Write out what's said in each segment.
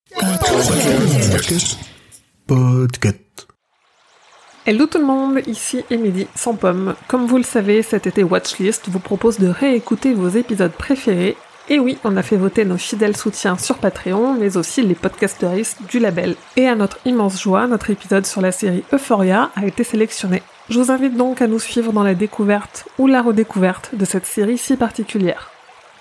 Podcast. Hello tout le monde, ici Émilie sans pomme. Comme vous le savez, cet été Watchlist vous propose de réécouter vos épisodes préférés. Et oui, on a fait voter nos fidèles soutiens sur Patreon, mais aussi les podcasteristes du label. Et à notre immense joie, notre épisode sur la série Euphoria a été sélectionné. Je vous invite donc à nous suivre dans la découverte ou la redécouverte de cette série si particulière.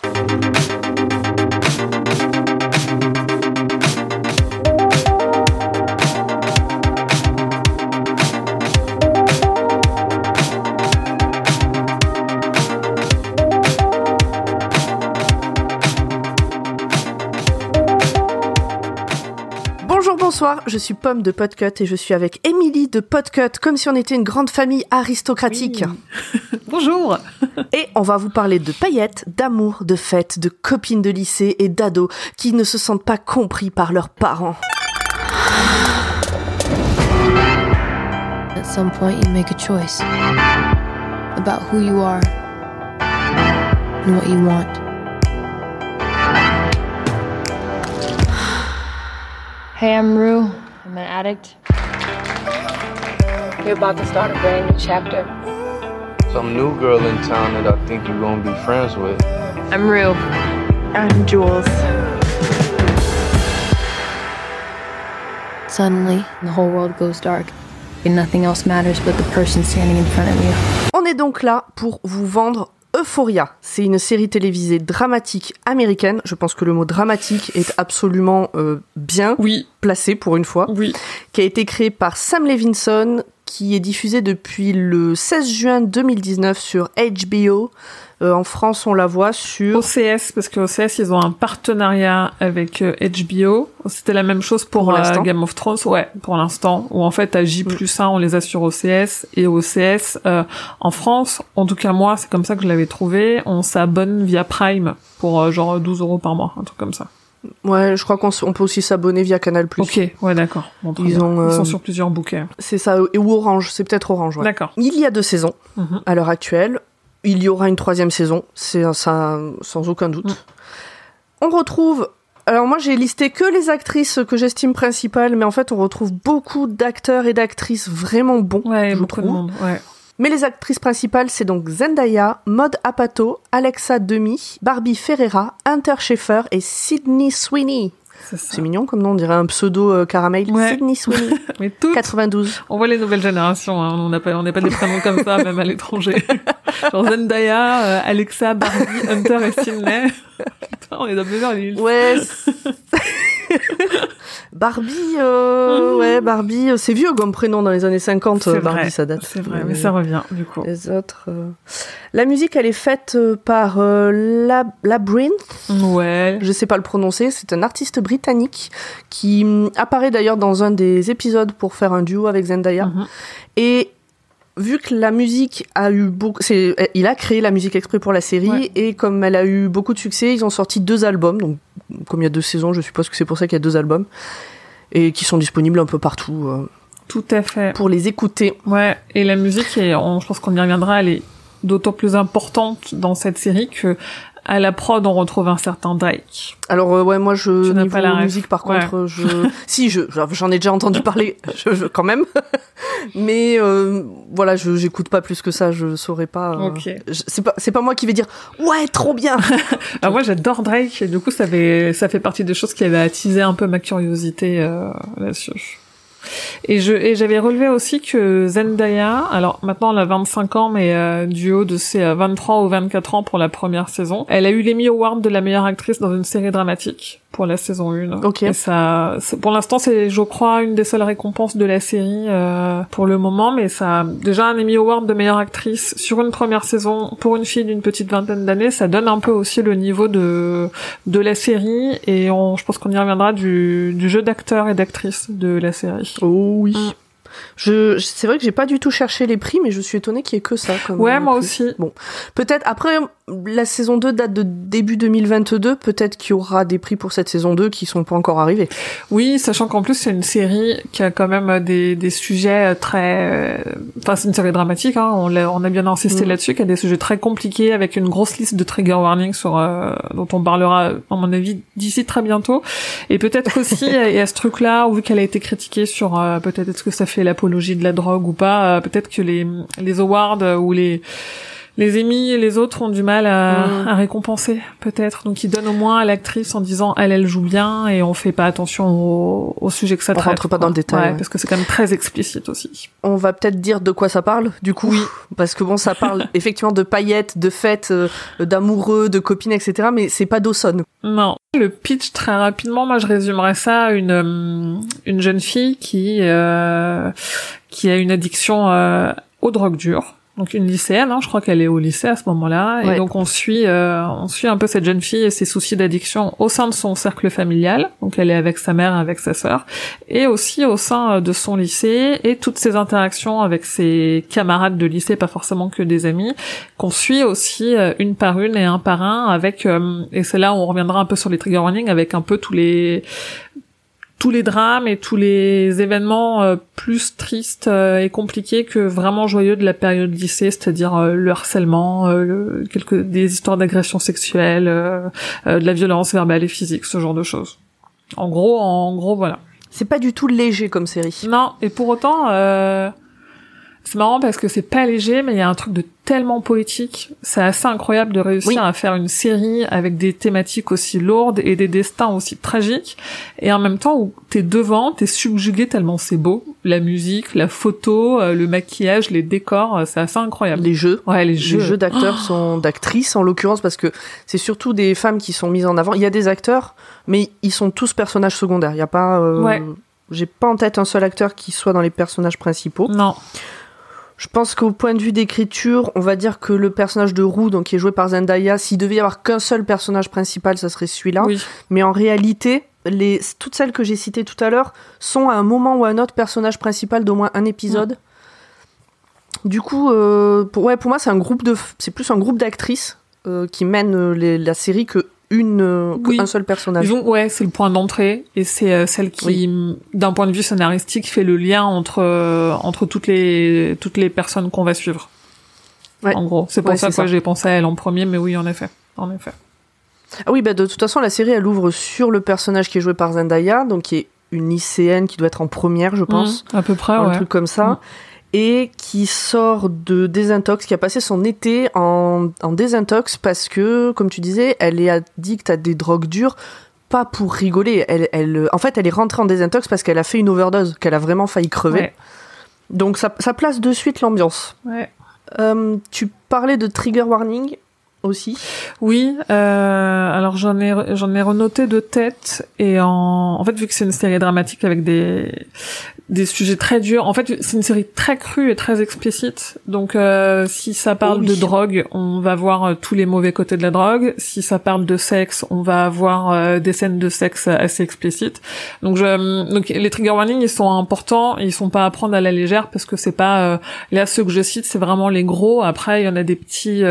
Bonsoir, je suis Pomme de Podcut et je suis avec Émilie de Podcut, comme si on était une grande famille aristocratique. Oui. Bonjour. Et on va vous parler de paillettes, d'amour, de fêtes, de copines de lycée et d'ados qui ne se sentent pas compris par leurs parents. At some point you make a choice about who you are and what you want. Hey, I'm Rue. I'm an addict. You're about to start a brand new chapter. Some new girl in town that I think you're gonna be friends with. I'm Rue. I'm Jules. Suddenly, the whole world goes dark, and nothing else matters but the person standing in front of you. On est donc là pour vous vendre Euphoria. C'est une série télévisée dramatique américaine. Je pense que le mot dramatique est absolument bien placé pour une fois. Oui. Qui a été créée par Sam Levinson, qui est diffusée depuis le 16 juin 2019 sur HBO. En France, on la voit sur OCS, parce que OCS, ils ont un partenariat avec HBO. C'était la même chose pour Game of Thrones, pour l'instant, où en fait, à J+1, on les a sur OCS, et OCS, en France, en tout cas moi, c'est comme ça que je l'avais trouvé, on s'abonne via Prime pour genre 12 € par mois, un truc comme ça. Ouais, je crois qu'on peut aussi s'abonner via Canal+. Ok, ouais, d'accord. Bon, ils sont sur plusieurs bouquets. C'est ça, ou Orange, c'est peut-être Orange, ouais. D'accord. Il y a 2 saisons, à l'heure actuelle. Il y aura une 3e saison, c'est ça, sans aucun doute. On retrouve... Alors moi, j'ai listé que les actrices que j'estime principales, mais en fait, on retrouve beaucoup d'acteurs et d'actrices vraiment bons, ouais, je beaucoup trouve. de monde, ouais. Mais les actrices principales, c'est donc Zendaya, Maud Apatow, Alexa Demi, Barbie Ferreira, Hunter Schafer et Sydney Sweeney. C'est mignon comme nom, on dirait un pseudo caramel. Ouais. Sydney Sweeney. Mais toutes, 92. On voit les nouvelles générations, hein. On n'est pas des prénoms comme ça, même à l'étranger. Genre Zendaya, Alexa, Barbie, Hunter et Sydney. Putain, on est dans plusieurs lignes. Ouais. Barbie, Barbie, c'est vieux comme prénom dans les années 50, c'est Barbie, vrai, ça date. C'est vrai, mais ça revient, du coup. Les autres... La musique, elle est faite par Labrinth. Ouais. Je sais pas le prononcer, c'est un artiste britannique qui apparaît d'ailleurs dans un des épisodes pour faire un duo avec Zendaya. Et vu que la musique a eu beaucoup... il a créé la musique exprès pour la série, et comme elle a eu beaucoup de succès, ils ont sorti 2 albums, donc comme il y a 2 saisons, je suppose que c'est pour ça qu'il y a 2 albums, et qui sont disponibles un peu partout. Tout à fait. Pour les écouter. Ouais, et la musique, je pense qu'on y reviendra, elle est d'autant plus importante dans cette série que à la prod, on retrouve un certain Drake. Alors moi niveau pas la musique par contre, j'en ai déjà entendu parler, quand même. Mais voilà, j'écoute pas plus que ça, je saurais pas. Okay. C'est pas moi qui vais dire ouais, trop bien. Alors moi j'adore Drake et du coup ça fait partie des choses qui avaient attisé un peu ma curiosité là-dessus. Et j'avais relevé aussi que Zendaya, alors maintenant elle a 25 ans, mais du haut de ses 23 ou 24 ans pour la première saison, elle a eu l'Emmy Award de la meilleure actrice dans une série dramatique pour la saison 1. Ok. Et ça, pour l'instant, c'est, je crois, une des seules récompenses de la série pour le moment, mais ça, déjà un Emmy Award de meilleure actrice sur une première saison pour une fille d'une petite vingtaine d'années, ça donne un peu aussi le niveau de la série, et je pense qu'on y reviendra du jeu d'acteurs et d'actrices de la série. Oh oui. C'est vrai que j'ai pas du tout cherché les prix, mais je suis étonnée qu'il y ait que ça. Ouais, moi aussi. Bon, peut-être après, la saison 2 date de début 2022, peut-être qu'il y aura des prix pour cette saison 2 qui sont pas encore arrivés. Oui, sachant qu'en plus c'est une série qui a quand même des sujets très... Enfin, c'est une série dramatique, hein, on a bien insisté là-dessus, qui a des sujets très compliqués, avec une grosse liste de trigger warnings dont on parlera, à mon avis, d'ici très bientôt. Et peut-être aussi, il y a ce truc-là, vu qu'elle a été critiquée sur peut-être est-ce que ça fait l'apologie de la drogue ou pas, peut-être que les awards ou les Emmy et les autres ont du mal à récompenser, peut-être. Donc, ils donnent au moins à l'actrice en disant elle joue bien et on fait pas attention au sujet que ça traite. On rentre pas dans le détail. Ouais, parce que c'est quand même très explicite aussi. On va peut-être dire de quoi ça parle, du coup. Oui. Parce que bon, ça parle effectivement de paillettes, de fêtes, d'amoureux, de copines, etc. Mais c'est pas Dawson. Non. Le pitch, très rapidement, moi, je résumerais ça à une jeune fille qui a une addiction aux drogues dures. Donc une lycéenne, je crois qu'elle est au lycée à ce moment-là, et donc on suit un peu cette jeune fille et ses soucis d'addiction au sein de son cercle familial. Donc elle est avec sa mère, avec sa sœur, et aussi au sein de son lycée et toutes ses interactions avec ses camarades de lycée, pas forcément que des amis, qu'on suit aussi une par une et un par un avec et c'est là où on reviendra un peu sur les trigger warnings, avec un peu tous les drames et tous les événements plus tristes et compliqués que vraiment joyeux de la période lycée, c'est-à-dire le harcèlement, des histoires d'agression sexuelle, de la violence verbale et physique, ce genre de choses. En gros, voilà. C'est pas du tout léger comme série. Non, et pour autant, c'est marrant parce que c'est pas léger, mais il y a un truc de tellement poétique. C'est assez incroyable de réussir à faire une série avec des thématiques aussi lourdes et des destins aussi tragiques, et en même temps où t'es devant, t'es subjugué tellement c'est beau. La musique, la photo, le maquillage, les décors, c'est assez incroyable. Les jeux. Ouais, les jeux d'acteurs d'actrices en l'occurrence, parce que c'est surtout des femmes qui sont mises en avant. Il y a des acteurs, mais ils sont tous personnages secondaires. Il y a pas, j'ai pas en tête un seul acteur qui soit dans les personnages principaux. Non. Je pense qu'au point de vue d'écriture, on va dire que le personnage de Rue, donc qui est joué par Zendaya, s'il devait y avoir qu'un seul personnage principal, ça serait celui-là. Oui. Mais en réalité, toutes celles que j'ai citées tout à l'heure sont à un moment ou à un autre personnage principal d'au moins un épisode. Du coup, pour moi, c'est plus un groupe d'actrices qui mènent la série qu'un seul personnage. C'est le point d'entrée, et c'est celle qui, d'un point de vue scénaristique, fait le lien entre toutes les personnes qu'on va suivre. Ouais. En gros, c'est pour ça que j'ai pensé à elle en premier, mais oui, en effet. Ah oui, de toute façon, la série, elle ouvre sur le personnage qui est joué par Zendaya, donc qui est une lycéenne qui doit être en première, je pense. À peu près, un truc comme ça. Et qui sort de désintox, qui a passé son été en désintox parce que, comme tu disais, elle est addicte à des drogues dures, pas pour rigoler. En fait, elle est rentrée en désintox parce qu'elle a fait une overdose, qu'elle a vraiment failli crever. Ouais. Donc ça place de suite l'ambiance. Ouais. Tu parlais de trigger warning aussi. Oui, alors j'en ai renoté de tête, et en fait, vu que c'est une série dramatique avec des sujets très durs, en fait c'est une série très crue et très explicite, donc si ça parle de drogue, on va voir tous les mauvais côtés de la drogue. Si ça parle de sexe, on va avoir des scènes de sexe assez explicites. Donc les trigger warnings, ils sont importants, ils sont pas à prendre à la légère, parce que c'est pas là, ceux que je cite, c'est vraiment les gros. Après il y en a des petits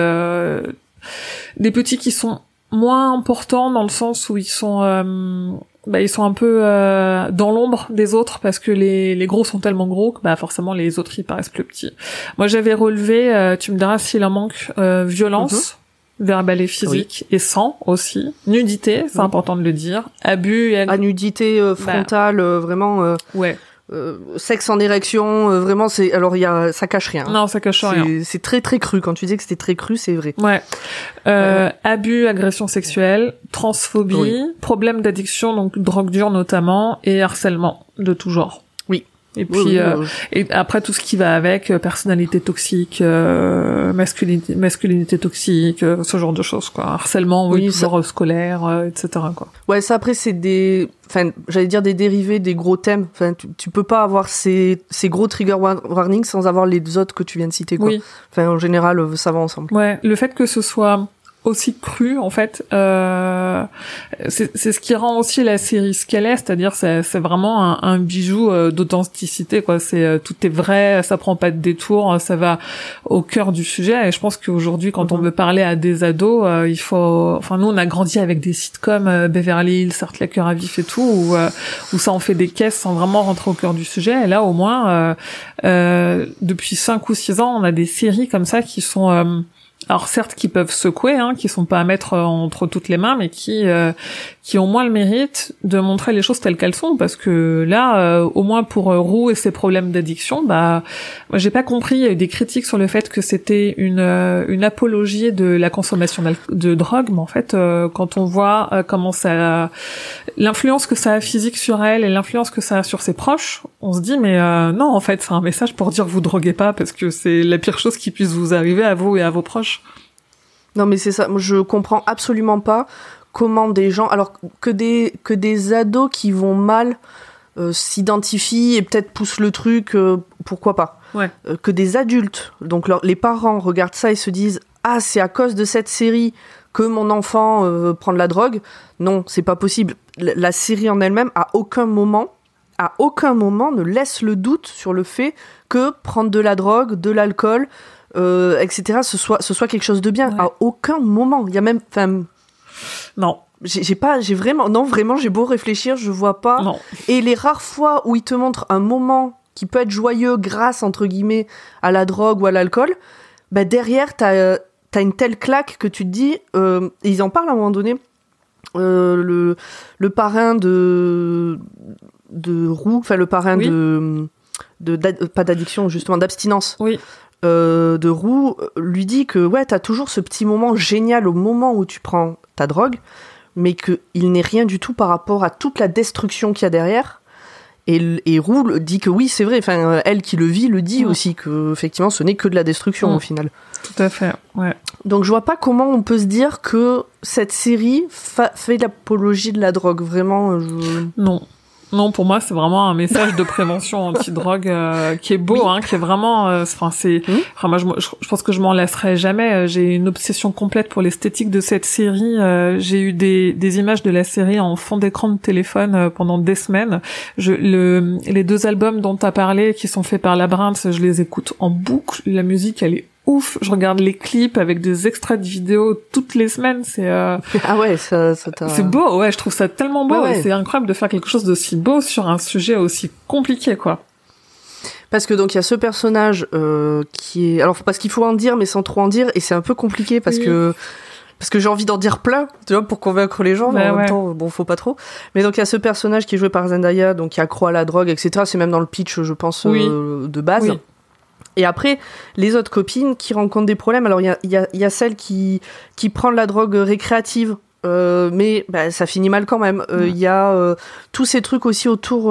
qui sont moins importants, dans le sens où ils sont un peu dans l'ombre des autres, parce que les gros sont tellement gros que forcément les autres ils paraissent plus petits. Moi j'avais relevé, tu me diras s'il en manque, violence verbale et physique, et sang aussi, nudité, c'est important de le dire, abus et nudité frontale, vraiment sexe en érection, vraiment ça cache rien. Non, ça cache rien. C'est très très cru. Quand tu dis que c'était très cru, c'est vrai. Ouais. Abus, agression sexuelle, transphobie, problème d'addiction, donc drogue dure notamment, et harcèlement de tout genre. Oui. Et puis et après tout ce qui va avec, personnalité toxique, masculinité toxique, ce genre de choses, quoi. Harcèlement, toujours scolaire, etc., quoi. Ouais, ça après c'est des dérivés des gros thèmes. Enfin, tu peux pas avoir ces gros trigger warnings sans avoir les autres que tu viens de citer, quoi. Oui. Enfin, en général, ça va ensemble. Ouais, le fait que ce soit aussi crue en fait. C'est ce qui rend aussi la série ce qu'elle est, c'est-à-dire c'est vraiment un bijou d'authenticité quoi. Tout est vrai, ça prend pas de détour, ça va au cœur du sujet. Et je pense qu'aujourd'hui, quand on veut parler à des ados, il faut. Enfin, nous, on a grandi avec des sitcoms Beverly Hills, Art la cœur à vif et tout, où ça en fait des caisses sans vraiment rentrer au cœur du sujet. Et là, au moins, depuis 5 ou 6 ans, on a des séries comme ça qui sont alors certes qui peuvent secouer, qui sont pas à mettre entre toutes les mains, mais qui ont moins le mérite de montrer les choses telles qu'elles sont, parce que là, au moins pour Roux et ses problèmes d'addiction, moi j'ai pas compris. Il y a eu des critiques sur le fait que c'était une apologie de la consommation de drogue, mais en fait, quand on voit comment ça, l'influence que ça a physique sur elle et l'influence que ça a sur ses proches, on se dit mais non, en fait, c'est un message pour dire vous droguez pas parce que c'est la pire chose qui puisse vous arriver à vous et à vos proches. Non mais c'est ça, moi, je comprends absolument pas comment des gens, alors que des ados qui vont mal s'identifient et peut-être poussent le truc, pourquoi pas. Ouais. Que des adultes, donc les parents regardent ça et se disent ah c'est à cause de cette série que mon enfant prend de la drogue. Non, c'est pas possible. La série en elle-même à aucun moment ne laisse le doute sur le fait que prendre de la drogue, de l'alcool, etc. ce soit quelque chose de bien. Ouais. À aucun moment. Il y a même, non. Vraiment, j'ai beau réfléchir, je vois pas. Non. Et les rares fois où ils te montrent un moment qui peut être joyeux grâce, entre guillemets, à la drogue ou à l'alcool, derrière, t'as une telle claque que tu te dis, ils en parlent à un moment donné, le parrain de Roux, enfin le parrain oui. pas d'addiction, justement, d'abstinence. Oui. De Roux lui dit que ouais, t'as toujours ce petit moment génial au moment où tu prends ta drogue, mais qu'il n'est rien du tout par rapport à toute la destruction qu'il y a derrière. Et Roux dit que oui, c'est vrai, enfin elle qui le vit le dit aussi, que effectivement ce n'est que de la destruction au final. Tout à fait, ouais. Donc je vois pas comment on peut se dire que cette série fait l'apologie de la drogue, vraiment. Non, pour moi, c'est vraiment un message de prévention anti-drogue qui est beau, qui est vraiment. Moi, je pense que je m'en lasserai jamais. J'ai une obsession complète pour l'esthétique de cette série. J'ai eu des images de la série en fond d'écran de téléphone pendant des semaines. Les 2 albums dont t'as parlé, qui sont faits par Labyrinthe, je les écoute en boucle. La musique, elle est ouf. Je regarde les clips avec des extraits de vidéos toutes les semaines. C'est ah ouais, ça c'est beau. Ouais, je trouve ça tellement beau. Ouais. Et c'est incroyable de faire quelque chose d'aussi beau sur un sujet aussi compliqué, quoi. Parce que donc il y a ce personnage qui est, alors parce qu'il faut en dire mais sans trop en dire, et c'est un peu compliqué parce que j'ai envie d'en dire plein, tu vois, pour convaincre les gens, mais en même temps, bon, faut pas trop. Mais donc il y a ce personnage qui est joué par Zendaya, donc qui accroît à la drogue, etc. C'est même dans le pitch, je pense, de base. Oui. Et après, les autres copines qui rencontrent des problèmes. Alors, il y a celle qui prend de la drogue récréative, mais ça finit mal quand même. Il y a tous ces trucs aussi autour,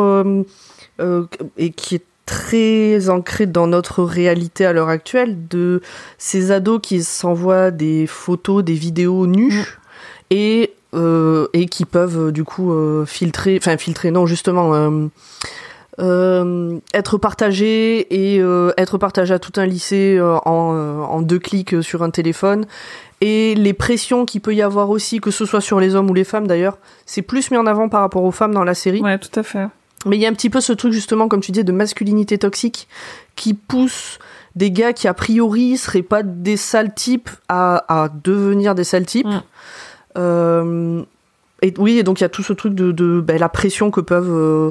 et qui est très ancré dans notre réalité à l'heure actuelle, de ces ados qui s'envoient des photos, des vidéos nues, et qui peuvent du coup filtrer, non, justement... être partagé et être partagé à tout un lycée en 2 clics sur un téléphone, et les pressions qu'il peut y avoir aussi, que ce soit sur les hommes ou les femmes d'ailleurs, c'est plus mis en avant par rapport aux femmes dans la série. Ouais, tout à fait. Mais il y a un petit peu ce truc justement, comme tu disais, de masculinité toxique qui pousse des gars qui a priori seraient pas des sales types à devenir des sales types. Et oui, et donc il y a tout ce truc de la pression que peuvent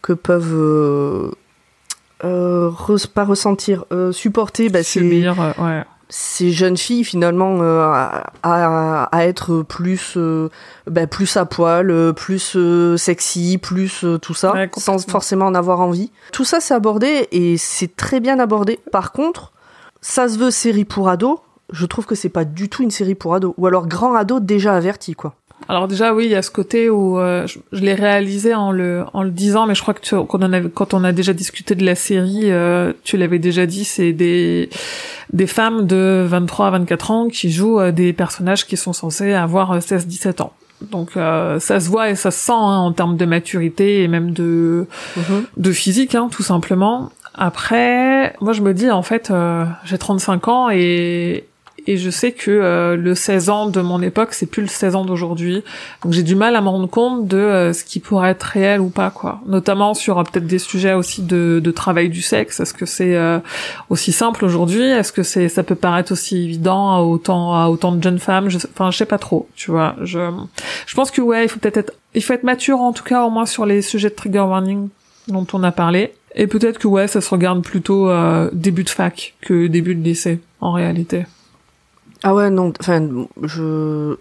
pas ressentir, supporter ces jeunes filles finalement à être plus à poil, plus sexy, plus tout ça, sans forcément en avoir envie. Tout ça c'est abordé et c'est très bien abordé. Par contre, ça se veut série pour ados, je trouve que c'est pas du tout une série pour ados, ou alors grand ado déjà averti, quoi. Alors déjà oui, il y a ce côté où je l'ai réalisé en le disant, mais je crois que quand on a déjà discuté de la série, tu l'avais déjà dit, c'est des femmes de 23 à 24 ans qui jouent des personnages qui sont censés avoir 16-17 ans. Donc ça se voit et ça se sent en termes de maturité et même de physique, tout simplement. Après, moi je me dis en fait, j'ai 35 ans et et je sais que le 16 ans de mon époque, c'est plus le 16 ans d'aujourd'hui. Donc j'ai du mal à me rendre compte de ce qui pourrait être réel ou pas, quoi. Notamment sur peut-être des sujets aussi de travail du sexe. Est-ce que c'est aussi simple aujourd'hui? Est-ce que ça peut paraître aussi évident à autant de jeunes femmes? Je sais pas trop, tu vois. Je pense que ouais, il faut être mature, en tout cas, au moins sur les sujets de trigger warning dont on a parlé. Et peut-être que ouais, ça se regarde plutôt début de fac que début de lycée, en réalité. Ah ouais, non, enfin, je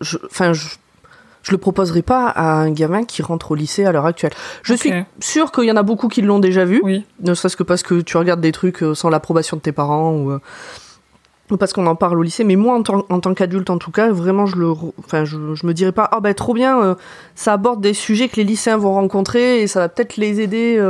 le proposerai pas à un gamin qui rentre au lycée à l'heure actuelle. Je suis sûre qu'il y en a beaucoup qui l'ont déjà vu, oui. Ne serait-ce que parce que tu regardes des trucs sans l'approbation de tes parents ou parce qu'on en parle au lycée. Mais moi, en tant qu'adulte, en tout cas, vraiment, je me dirais pas, ah ben trop bien, ça aborde des sujets que les lycéens vont rencontrer et ça va peut-être les aider.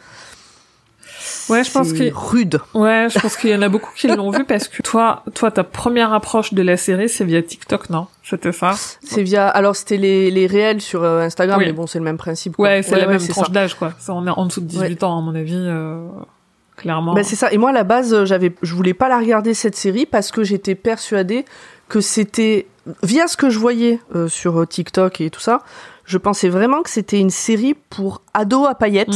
Ouais, je pense que rude. Ouais, je pense qu'il y en a beaucoup qui l'ont vu parce que toi, ta première approche de la série, c'est via TikTok, non? C'était ça? C'est via, alors c'était les réels sur Instagram, oui. Mais bon, c'est le même principe, quoi. Ouais, c'est la même tranche d'âge, quoi. Ça, on est en dessous de 18 ans, à mon avis, clairement. Ben, c'est ça. Et moi, à la base, je voulais pas la regarder, cette série, parce que j'étais persuadée que c'était, via ce que je voyais sur TikTok et tout ça, je pensais vraiment que c'était une série pour ados à paillettes,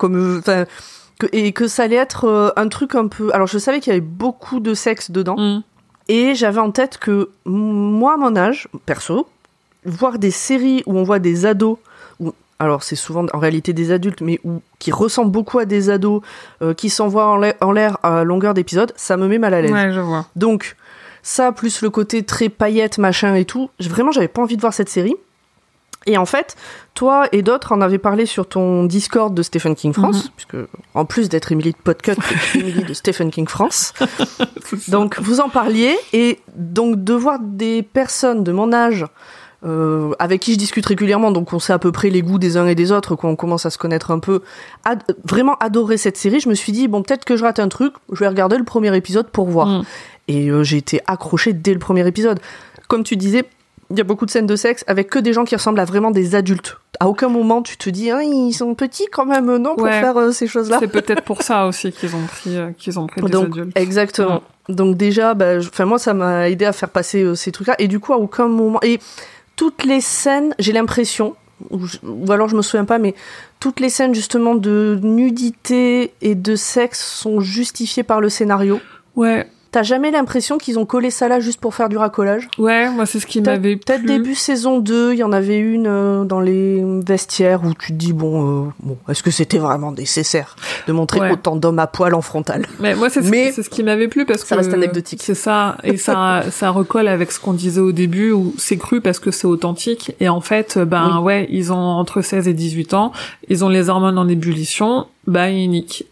et que ça allait être un truc un peu... Alors, je savais qu'il y avait beaucoup de sexe dedans, et j'avais en tête que, moi, à mon âge, perso, voir des séries où on voit des ados, alors c'est souvent en réalité des adultes, mais qui ressemblent beaucoup à des ados, qui s'envoient en l'air à longueur d'épisode, ça me met mal à l'aise. Ouais, je vois. Donc, ça, plus le côté très paillettes, machin et tout, vraiment, j'avais pas envie de voir cette série. Et en fait, toi et d'autres en avaient parlé sur ton Discord de Stephen King France, puisque en plus d'être Emily de Podcut, c'est Emily de Stephen King France. Donc vous en parliez, et donc de voir des personnes de mon âge avec qui je discute régulièrement, donc on sait à peu près les goûts des uns et des autres, qu'on commence à se connaître un peu, vraiment adorer cette série, je me suis dit, bon, peut-être que je rate un truc, je vais regarder le premier épisode pour voir. Et j'ai été accrochée dès le premier épisode. Comme tu disais, il y a beaucoup de scènes de sexe avec que des gens qui ressemblent à vraiment des adultes. À aucun moment tu te dis, ils sont petits quand même, non, pour faire ces choses-là. C'est peut-être pour ça aussi qu'ils ont pris des adultes. Exactement. Donc déjà, moi ça m'a aidé à faire passer ces trucs-là. Et du coup, à aucun moment... Et toutes les scènes, j'ai l'impression, ou alors je me souviens pas, mais toutes les scènes justement de nudité et de sexe sont justifiées par le scénario. Ouais. T'as jamais l'impression qu'ils ont collé ça là juste pour faire du racolage? Ouais, moi c'est ce qui m'avait plu. Peut-être début saison 2, il y en avait une dans les vestiaires où tu te dis, bon, est-ce que c'était vraiment nécessaire de montrer autant d'hommes à poil en frontal? Mais moi c'est ce qui m'avait plu parce que ça reste anecdotique. C'est ça, et ça recolle avec ce qu'on disait au début où c'est cru parce que c'est authentique, et en fait, ils ont entre 16 et 18 ans, ils ont les hormones en ébullition, ils niquent.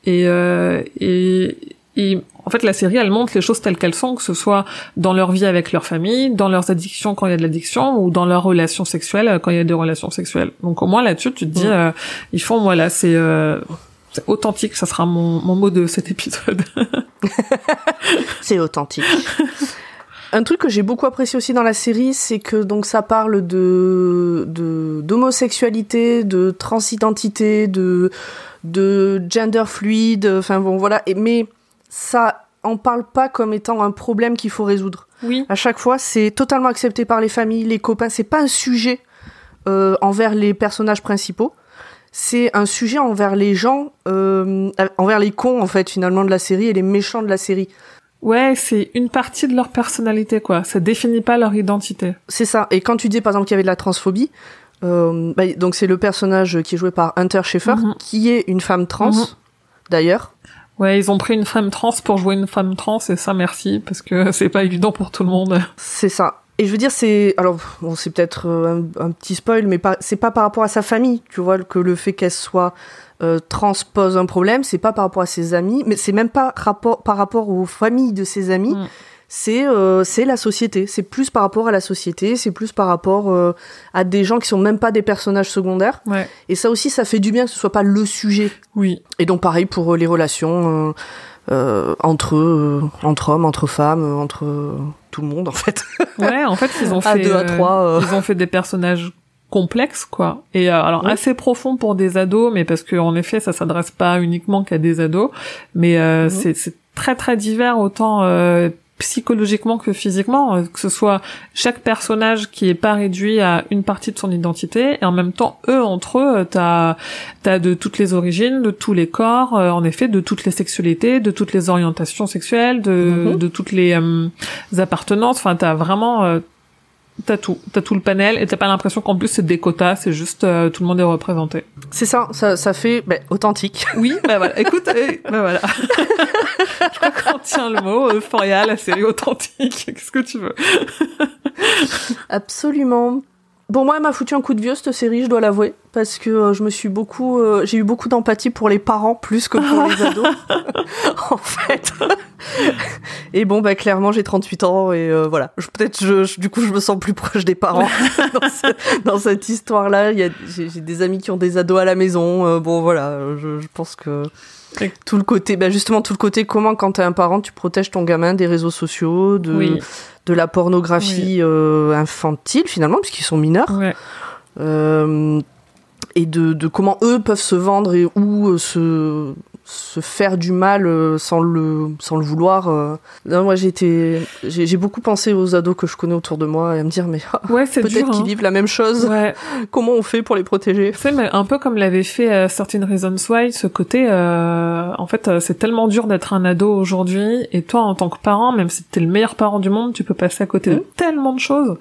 Et en fait, la série, elle montre les choses telles qu'elles sont, que ce soit dans leur vie avec leur famille, dans leurs addictions quand il y a de l'addiction, ou dans leurs relations sexuelles quand il y a des relations sexuelles. Donc au moins là-dessus, tu te dis, ils font, voilà, c'est authentique, ça sera mon mot de cet épisode. C'est authentique. Un truc que j'ai beaucoup apprécié aussi dans la série, c'est que donc ça parle d'homosexualité, de transidentité, de gender fluide, enfin bon voilà, mais ça en parle pas comme étant un problème qu'il faut résoudre. Oui. À chaque fois, c'est totalement accepté par les familles, les copains. C'est pas un sujet envers les personnages principaux. C'est un sujet envers les gens, envers les cons en fait finalement de la série et les méchants de la série. Ouais, c'est une partie de leur personnalité, quoi. Ça définit pas leur identité. C'est ça. Et quand tu dis par exemple qu'il y avait de la transphobie, donc c'est le personnage qui est joué par Hunter Schafer, qui est une femme trans, d'ailleurs. Ouais, ils ont pris une femme trans pour jouer une femme trans, et ça, merci, parce que c'est pas évident pour tout le monde. C'est ça. Et je veux dire, c'est peut-être un petit spoil, mais c'est pas par rapport à sa famille, tu vois, que le fait qu'elle soit trans pose un problème, c'est pas par rapport à ses amis, mais c'est même pas par rapport aux familles de ses amis, c'est la société, c'est plus par rapport à la société, c'est plus par rapport à des gens qui sont même pas des personnages secondaires, et ça aussi, ça fait du bien que ce soit pas le sujet. Oui. Et donc pareil pour les relations entre hommes, entre femmes, entre tout le monde en fait. Ouais, en fait ils ont fait à 2 à 3 ils ont fait des personnages complexes quoi, et alors assez profonds pour des ados, mais parce que en effet ça s'adresse pas uniquement qu'à des ados, mais c'est très très divers, autant psychologiquement que physiquement, que ce soit chaque personnage qui est pas réduit à une partie de son identité, et en même temps, eux, entre eux, t'as de toutes les origines, de tous les corps, en effet, de toutes les sexualités, de toutes les orientations sexuelles, de toutes les appartenances, enfin, t'as vraiment... T'as tout le panel, et t'as pas l'impression qu'en plus c'est des quotas, c'est juste tout le monde est représenté. C'est ça fait authentique. Oui, bah voilà, écoute, bah voilà. Je crois qu'on tient le mot, Euphoria, la série authentique, qu'est-ce que tu veux? Absolument. Bon, moi, elle m'a foutu un coup de vieux, cette série, je dois l'avouer, parce que j'ai eu beaucoup d'empathie pour les parents, plus que pour les ados, en fait. Et bon, clairement, j'ai 38 ans, et voilà. Du coup, je me sens plus proche des parents dans cette histoire-là. J'ai des amis qui ont des ados à la maison, bon, voilà, je pense que... Tout le côté, justement, tout le côté comment, quand t'es un parent, tu protèges ton gamin des réseaux sociaux, de la pornographie infantile, finalement, puisqu'ils sont mineurs. Ouais. Et de comment eux peuvent se vendre ou se faire du mal sans le vouloir. Non, moi j'ai beaucoup pensé aux ados que je connais autour de moi et à me dire mais peut-être qu'ils vivent la même chose. Ouais. Comment on fait pour les protéger? C'est un peu comme l'avait fait Certain Reasons Why, ce côté en fait c'est tellement dur d'être un ado aujourd'hui, et toi en tant que parent, même si t'es le meilleur parent du monde, tu peux passer à côté de tellement de choses.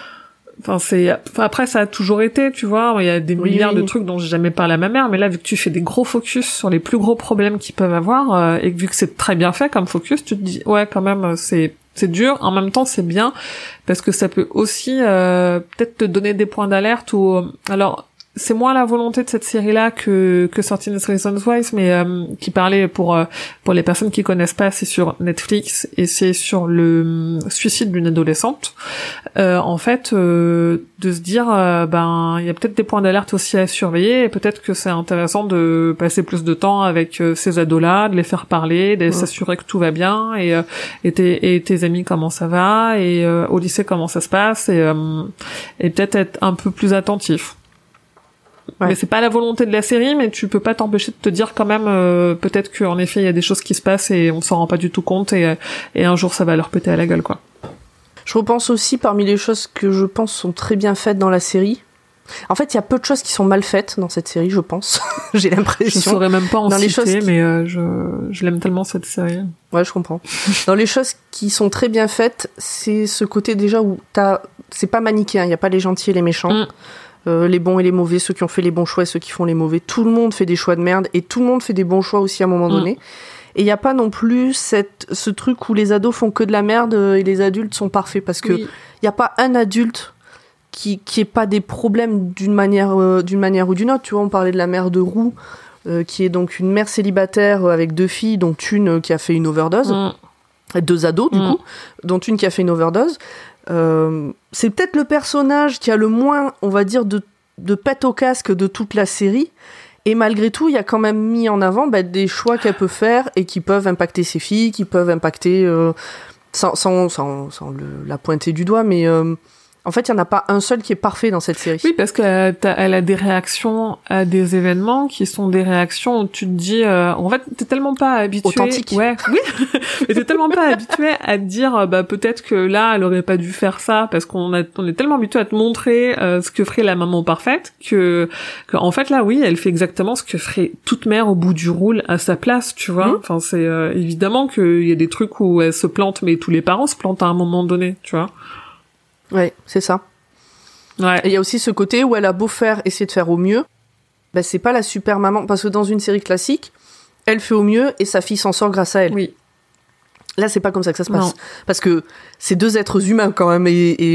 Après, ça a toujours été, tu vois, il y a des milliards de trucs dont j'ai jamais parlé à ma mère, mais là, vu que tu fais des gros focus sur les plus gros problèmes qu'ils peuvent avoir, et que vu que c'est très bien fait comme focus, tu te dis, ouais, quand même, c'est dur, en même temps, c'est bien, parce que ça peut aussi, peut-être te donner des points d'alerte alors, c'est moins la volonté de cette série-là que Certain Reasons Why, mais qui parlait pour les personnes qui connaissent pas, c'est sur Netflix et c'est sur le suicide d'une adolescente. En fait, de se dire il y a peut-être des points d'alerte aussi à surveiller, et peut-être que c'est intéressant de passer plus de temps avec ces ados-là, de les faire parler, de s'assurer que tout va bien, et tes amis comment ça va, et au lycée comment ça se passe, et peut-être être un peu plus attentif. Ouais. Mais c'est pas la volonté de la série, mais tu peux pas t'empêcher de te dire quand même peut-être qu'en effet il y a des choses qui se passent et on s'en rend pas du tout compte, et un jour ça va leur péter à la gueule, quoi. Je repense aussi, parmi les choses que je pense sont très bien faites dans la série, en fait il y a peu de choses qui sont mal faites dans cette série, je pense. J'ai l'impression. Je saurais même pas en citer, mais je l'aime tellement cette série. Ouais, je comprends. Dans les choses qui sont très bien faites, c'est ce côté déjà où c'est pas manichéen, il y a pas les gentils et les méchants. Les bons et les mauvais, ceux qui ont fait les bons choix et ceux qui font les mauvais. Tout le monde fait des choix de merde, et tout le monde fait des bons choix aussi à un moment donné. Et il n'y a pas non plus ce truc où les ados font que de la merde et les adultes sont parfaits, parce que il n'y a pas un adulte qui ait pas des problèmes d'une manière ou d'une autre. Tu vois, on parlait de la mère de Roux, qui est donc une mère célibataire avec 2 filles, dont une qui a fait une overdose. 2 ados, du coup, dont une qui a fait une overdose. C'est peut-être le personnage qui a le moins, on va dire, de pète au casque de toute la série, et malgré tout il y a quand même mis en avant des choix qu'elle peut faire et qui peuvent impacter ses filles, qui peuvent impacter sans la pointer du doigt, mais en fait, il n'y en a pas un seul qui est parfait dans cette série. Oui, parce qu'elle a des réactions à des événements qui sont des réactions où tu te dis, en fait, t'es tellement pas habitué. Authentique. Ouais, oui. Mais t'es tellement pas habitué à te dire, peut-être que là, elle aurait pas dû faire ça, parce qu'on est tellement habitué à te montrer ce que ferait la maman parfaite, que en fait, là, oui, elle fait exactement ce que ferait toute mère au bout du roule à sa place, tu vois. Enfin, c'est évidemment qu'il y a des trucs où elle se plante, mais tous les parents se plantent à un moment donné, tu vois. Ouais, c'est ça. Ouais. Et il y a aussi ce côté où elle a beau essayer de faire au mieux, c'est pas la super maman, parce que dans une série classique, elle fait au mieux et sa fille s'en sort grâce à elle. Oui. Là, c'est pas comme ça que ça se passe. Parce que c'est 2 êtres humains quand même,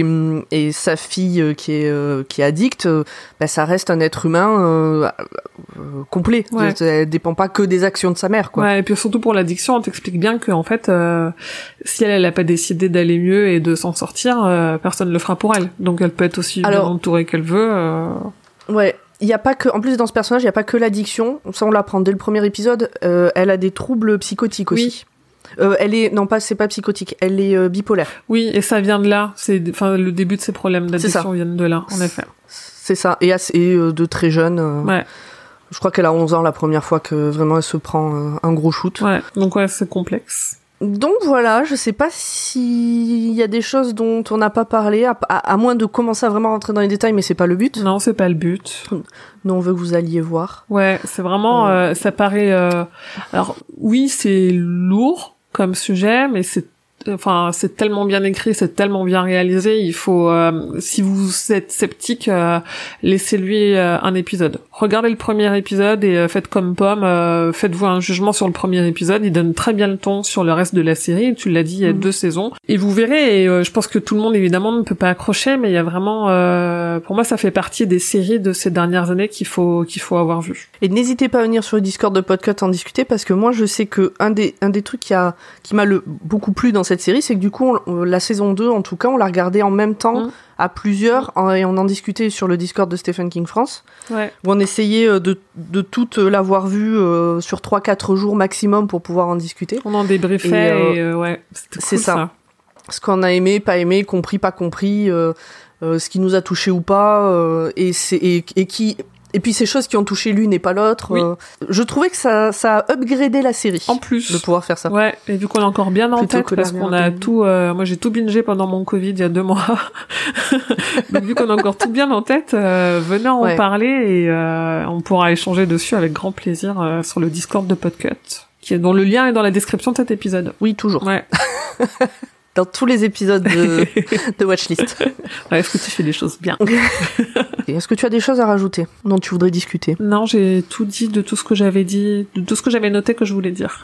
et sa fille qui est addicte, ça reste un être humain complet. Ouais. Elle dépend pas que des actions de sa mère, quoi. Ouais, et puis surtout pour l'addiction, on t'explique bien que en fait, si elle a pas décidé d'aller mieux et de s'en sortir, personne le fera pour elle. Donc elle peut être aussi bien entourée qu'elle veut. Ouais. Il y a pas que, en plus dans ce personnage, il y a pas que l'addiction. Ça, on l'apprend dès le premier épisode. Elle a des troubles psychotiques aussi. C'est pas psychotique, elle est bipolaire. Oui, et ça vient de là. Le début de ses problèmes d'addiction viennent de là, en effet. C'est ça. Et de très jeune. Ouais. Je crois qu'elle a 11 ans la première fois que vraiment elle se prend un gros shoot. Ouais. Donc ouais, c'est complexe. Donc voilà, je sais pas s'il y a des choses dont on n'a pas parlé, à moins de commencer à vraiment rentrer dans les détails, mais c'est pas le but. Non, c'est pas le but. Nous, on veut que vous alliez voir. Ouais, c'est vraiment, ça paraît, alors, oui, c'est lourd comme sujet, mais c'est tellement bien écrit, c'est tellement bien réalisé, il faut, si vous êtes sceptique, laissez-lui un épisode. Regardez le premier épisode et faites comme Pomme, faites-vous un jugement sur le premier épisode, il donne très bien le ton sur le reste de la série, tu l'as dit, il y a 2 saisons, et vous verrez, et je pense que tout le monde évidemment ne peut pas accrocher, mais il y a vraiment, pour moi ça fait partie des séries de ces dernières années qu'il faut avoir vu. Et n'hésitez pas à venir sur le Discord de Podcut en discuter, parce que moi je sais que un des trucs qui m'a beaucoup plu dans cette série, c'est que du coup, la saison 2, en tout cas, on l'a regardée en même temps, à plusieurs, et on en discutait sur le Discord de Stephen King France, où on essayait de toute l'avoir vue sur 3-4 jours maximum pour pouvoir en discuter. On en débriefait, et c'était cool, c'est ça. Ce qu'on a aimé, pas aimé, compris, pas compris, ce qui nous a touché ou pas, et puis ces choses qui ont touché l'une et pas l'autre. Oui. Je trouvais que ça a upgradé la série. En plus. De pouvoir faire ça. Ouais, et vu qu'on a encore bien en tête, parce qu'on a tout, moi j'ai tout bingé pendant mon Covid il y a 2 mois. Donc vu qu'on a encore tout bien en tête, venez en parler et on pourra échanger dessus avec grand plaisir sur le Discord de Podcut, dont le lien est dans la description de cet épisode. Oui, toujours. Ouais. Dans tous les épisodes de Watchlist. Ouais, est-ce que tu fais des choses bien? Et est-ce que tu as des choses à rajouter dont tu voudrais discuter? Non, j'ai tout dit de tout ce que j'avais dit, de tout ce que j'avais noté que je voulais dire.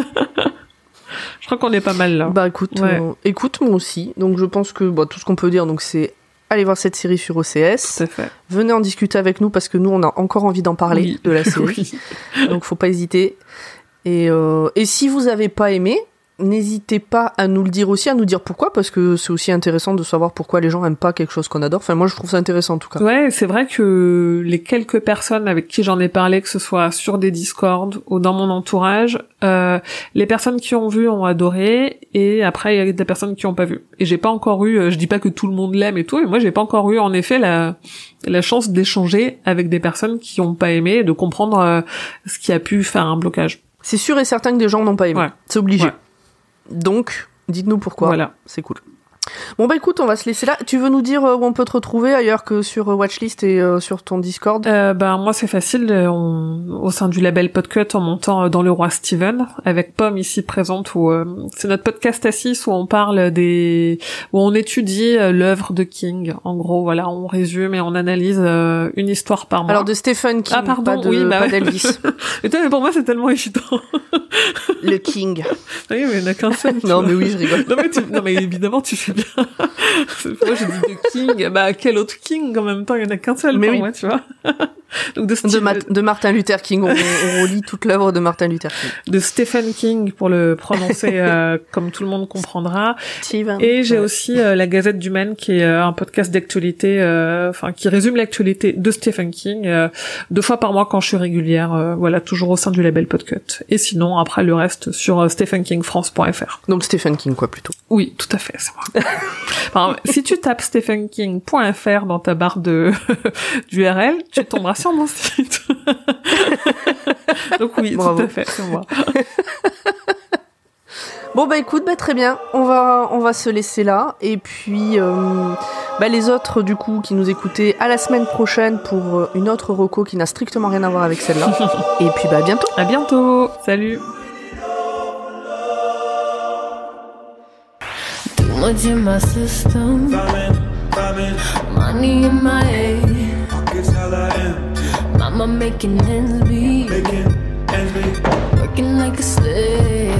Je crois qu'on est pas mal là. Bah écoute, écoute moi aussi. Donc je pense que tout ce qu'on peut dire, donc c'est allez voir cette série sur OCS. Tout à fait. Venez en discuter avec nous parce que nous on a encore envie d'en parler de la série. Donc faut pas hésiter. Et si vous avez pas aimé, n'hésitez pas à nous le dire aussi, à nous dire pourquoi, parce que c'est aussi intéressant de savoir pourquoi les gens aiment pas quelque chose qu'on adore. Enfin, moi, je trouve ça intéressant, en tout cas. Ouais, c'est vrai que les quelques personnes avec qui j'en ai parlé, que ce soit sur des Discord ou dans mon entourage, les personnes qui ont vu ont adoré, et après, il y a des personnes qui ont pas vu. Et j'ai pas encore eu, je dis pas que tout le monde l'aime et tout, mais moi, j'ai pas encore eu, en effet, la chance d'échanger avec des personnes qui ont pas aimé, et de comprendre ce qui a pu faire un blocage. C'est sûr et certain que des gens n'ont pas aimé. Ouais. C'est obligé. Ouais. Donc, dites-nous pourquoi. Voilà. C'est cool. Bon écoute, on va se laisser là. Tu veux nous dire où on peut te retrouver ailleurs que sur Watchlist et sur ton Discord? Moi c'est facile, au sein du label Podcut, en montant dans le roi Steven, avec Pomme ici présente, où c'est notre podcast à 6 où on parle où on étudie l'œuvre de King. En gros, voilà, on résume et on analyse une histoire par mois. Alors de Stephen King, pardon, pas d'Elvis. Mais pour moi c'est tellement évident. Le King. Oui, mais il n'y en a qu'un seul. Non mais oui, je rigole. Non mais évidemment tu fais bien. Moi j'ai dit de King, quel autre King en même temps, il y en a qu'un seul pour moi, tu vois. Donc de Martin Luther King, on relit toute l'œuvre de Martin Luther King. De Stephen King pour le prononcer comme tout le monde comprendra. Steven. Et j'ai aussi la Gazette du Maine qui est un podcast d'actualité, qui résume l'actualité de Stephen King 2 fois par mois quand je suis régulière, toujours au sein du label Podcut. Et sinon après le reste sur stephenkingfrance.fr. Donc Stephen King quoi plutôt. Oui, tout à fait, c'est moi. Enfin, si tu tapes stephenking.fr dans ta barre d'URL, tu tomberas sur mon site. Donc oui, bravo. Tout à fait, c'est moi. Bon écoute, très bien. On va se laisser là, et puis les autres du coup qui nous écoutaient, à la semaine prochaine pour une autre reco qui n'a strictement rien à voir avec celle-là. Et puis à bientôt. À bientôt. Salut. Much in my system, money in my head, mama making ends meet, working like a slave,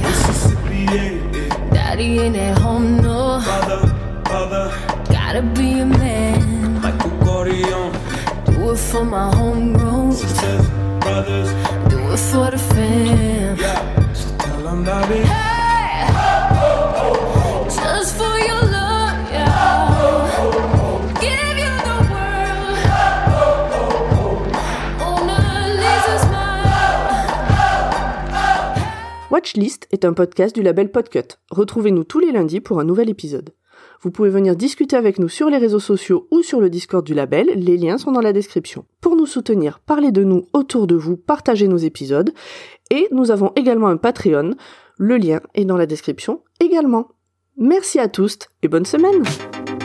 daddy ain't at home, no, gotta be a man, do it for my homegrown, do it for the fam, hey, just for your love, yeah. Give you the world. Mona Lisa smile. Watchlist est un podcast du label Podcut. Retrouvez-nous tous les lundis pour un nouvel épisode. Vous pouvez venir discuter avec nous sur les réseaux sociaux ou sur le Discord du label, les liens sont dans la description. Pour nous soutenir, parlez de nous autour de vous, partagez nos épisodes, et nous avons également un Patreon. Le lien est dans la description également. Merci à tous et bonne semaine!